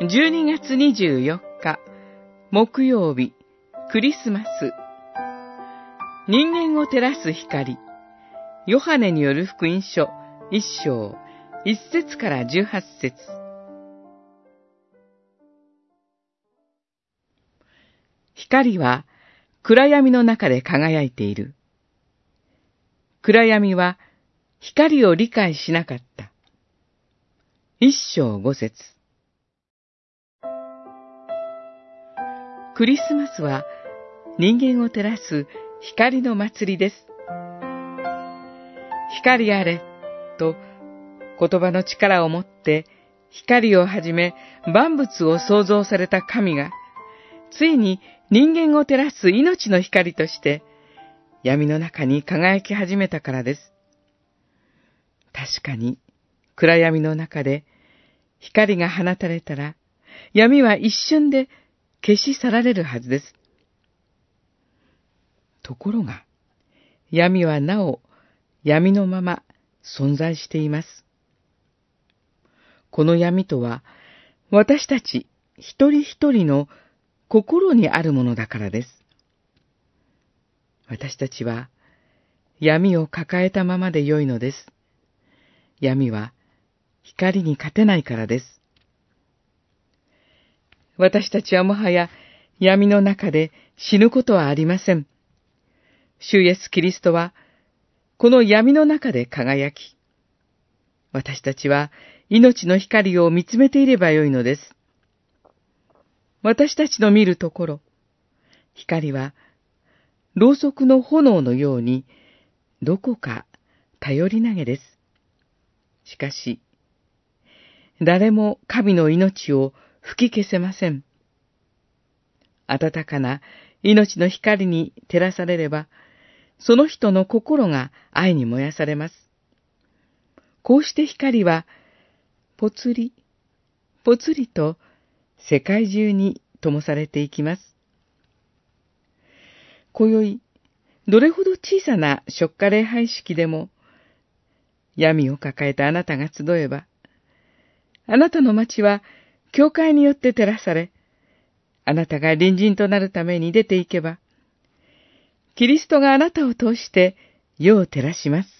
12月24日、木曜日、クリスマス。人間を照らす光。ヨハネによる福音書1章、1節から18節。光は暗闇の中で輝いている。暗闇は光を理解しなかった。1章5節。クリスマスは人間を照らす光の祭りです。光あれと言葉の力をもって光をはじめ万物を創造された神がついに人間を照らす命の光として闇の中に輝き始めたからです。確かに暗闇の中で光が放たれたら闇は一瞬で消し去られるはずです。ところが、闇はなお闇のまま存在しています。この闇とは、私たち一人一人の心にあるものだからです。私たちは闇を抱えたままでよいのです。闇は光に勝てないからです。私たちはもはや闇の中で死ぬことはありません。主イエス・キリストは、この闇の中で輝き、私たちは命の光を見つめていればよいのです。私たちの見るところ、光は、ろうそくの炎のように、どこか頼りなげです。しかし、誰も神の命を吹き消せません。温かな命の光に照らされれば、その人の心が愛に燃やされます。こうして光は、ぽつり、ぽつりと世界中に灯されていきます。今宵、どれほど小さな贖荷礼拝式でも、闇を抱えたあなたが集えば、あなたの町は教会によって照らされ、あなたが隣人となるために出ていけば、キリストがあなたを通して世を照らします。